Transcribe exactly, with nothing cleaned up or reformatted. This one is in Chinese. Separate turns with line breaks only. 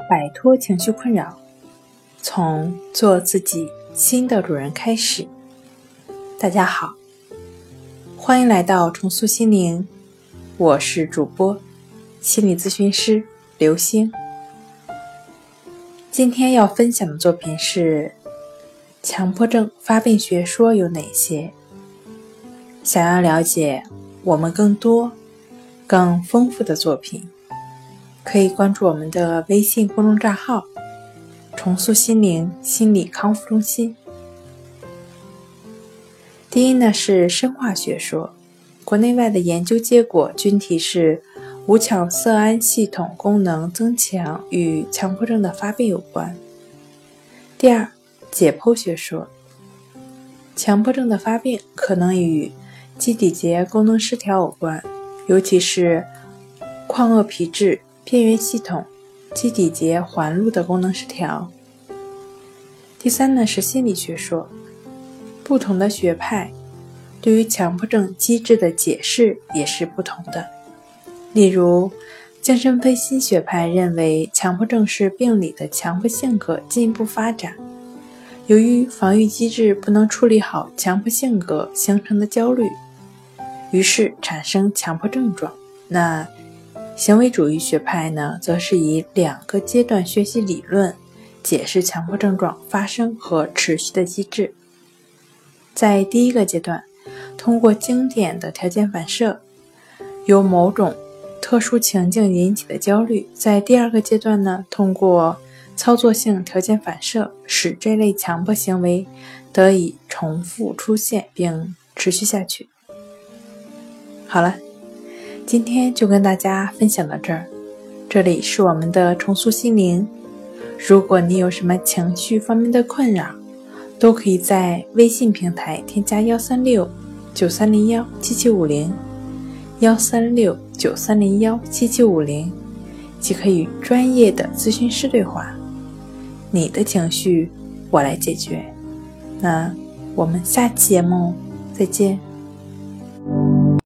摆脱情绪困扰，从做自己新的主人开始。大家好，欢迎来到重塑心灵，我是主播心理咨询师刘星。今天要分享的作品是强迫症发病学说有哪些？想要了解我们更多更丰富的作品，可以关注我们的微信公众账号重塑心灵心理康复中心。第一呢是生化学说，国内外的研究结果均提示五羟色胺系统功能增强与强迫症的发病有关。第二，解剖学说，强迫症的发病可能与基底节功能失调有关，尤其是眶腭皮质边缘系统基底节环路的功能失调。第三呢是心理学说，不同的学派对于强迫症机制的解释也是不同的。例如精神分析学派认为强迫症是病理的强迫性格进一步发展，由于防御机制不能处理好强迫性格形成的焦虑，于是产生强迫症状。那行为主义学派呢，则是以两个阶段学习理论解释强迫症状发生和持续的机制。在第一个阶段，通过经典的条件反射，由某种特殊情境引起的焦虑；在第二个阶段呢，通过操作性条件反射，使这类强迫行为得以重复出现并持续下去。好了，今天就跟大家分享到这儿。这里是我们的重塑心灵，如果你有什么情绪方面的困扰，都可以在微信平台添加一三六九三零一七七五零一三六九三零一七七五零，即可与专业的咨询师对话，你的情绪我来解决。那我们下期节目再见。